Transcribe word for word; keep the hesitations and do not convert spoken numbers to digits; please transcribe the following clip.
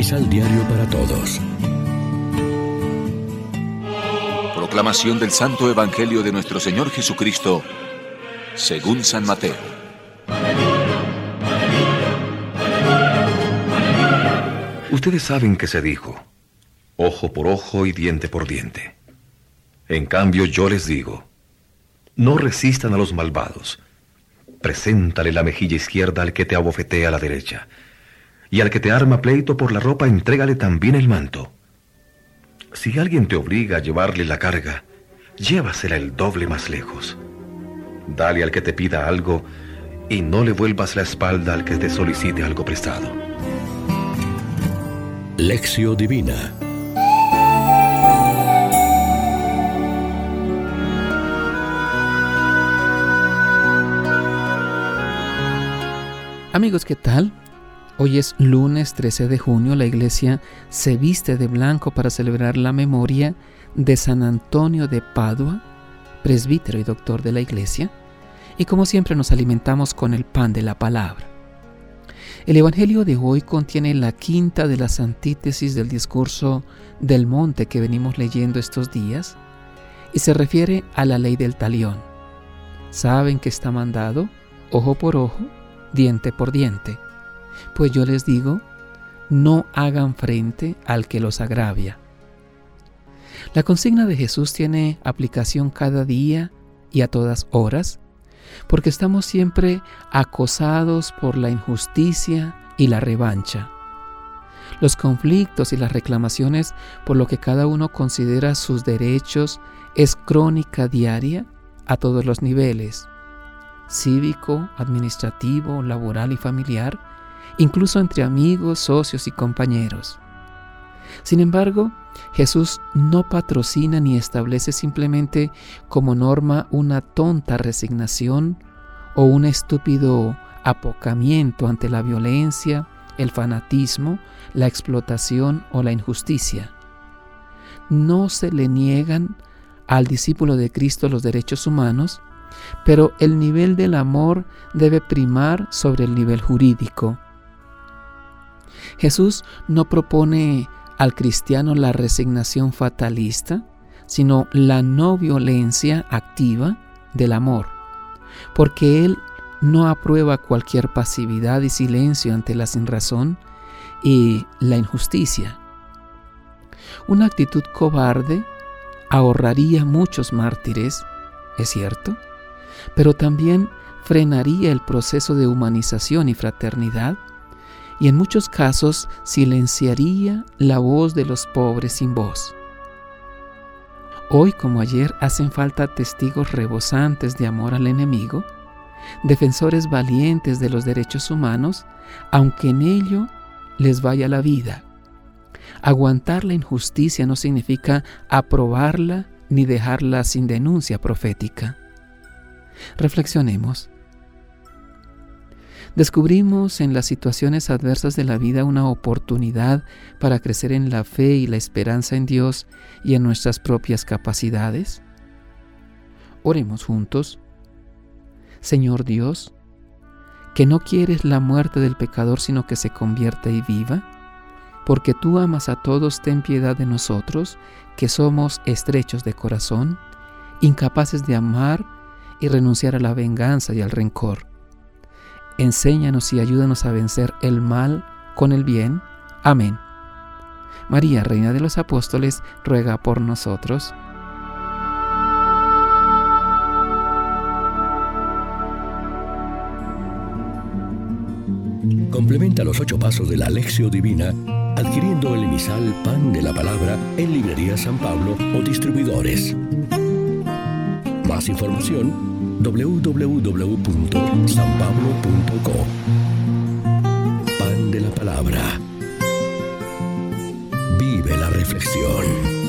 Misal Diario para Todos. Proclamación del Santo Evangelio de nuestro Señor Jesucristo, según San Mateo. Ustedes saben que se dijo, ojo por ojo y diente por diente. En cambio yo les digo, no resistan a los malvados. Preséntale la mejilla izquierda al que te abofetea a la derecha. Y al que te arma pleito por la ropa, entrégale también el manto. Si alguien te obliga a llevarle la carga, llévasela el doble más lejos. Dale al que te pida algo y no le vuelvas la espalda al que te solicite algo prestado. Lección Divina. Amigos, ¿qué tal? Hoy es lunes trece de junio. La iglesia se viste de blanco para celebrar la memoria de San Antonio de Padua, presbítero y doctor de la iglesia, y como siempre nos alimentamos con el pan de la palabra. El Evangelio de hoy contiene la quinta de las antítesis del discurso del monte que venimos leyendo estos días y se refiere a la ley del talión. ¿Saben que está mandado ojo por ojo, diente por diente? Pues yo les digo, no hagan frente al que los agravia. La consigna de Jesús tiene aplicación cada día y a todas horas, porque estamos siempre acosados por la injusticia y la revancha. Los conflictos y las reclamaciones por lo que cada uno considera sus derechos es crónica diaria a todos los niveles: cívico, administrativo, laboral y familiar, incluso entre amigos, socios y compañeros. Sin embargo, Jesús no patrocina ni establece simplemente como norma una tonta resignación o un estúpido apocamiento ante la violencia, el fanatismo, la explotación o la injusticia. No se le niegan al discípulo de Cristo los derechos humanos, pero el nivel del amor debe primar sobre el nivel jurídico. Jesús no propone al cristiano la resignación fatalista, sino la no violencia activa del amor, porque Él no aprueba cualquier pasividad y silencio ante la sinrazón y la injusticia. Una actitud cobarde ahorraría muchos mártires, es cierto, pero también frenaría el proceso de humanización y fraternidad, y en muchos casos silenciaría la voz de los pobres sin voz. Hoy como ayer hacen falta testigos rebosantes de amor al enemigo, defensores valientes de los derechos humanos, aunque en ello les vaya la vida. Aguantar la injusticia no significa aprobarla ni dejarla sin denuncia profética. Reflexionemos. Descubrimos en las situaciones adversas de la vida una oportunidad para crecer en la fe y la esperanza en Dios y en nuestras propias capacidades. Oremos juntos. Señor Dios, que no quieres la muerte del pecador, sino que se convierta y viva, porque tú amas a todos, ten piedad de nosotros, que somos estrechos de corazón, incapaces de amar y renunciar a la venganza y al rencor. Enséñanos y ayúdanos a vencer el mal con el bien. Amén. María, Reina de los Apóstoles, ruega por nosotros. Complementa los ocho pasos de la Lección Divina adquiriendo el emisal Pan de la Palabra en Librería San Pablo o distribuidores. Más información doble u doble u doble u punto san pablo punto co. Pan de la Palabra. Vive la reflexión.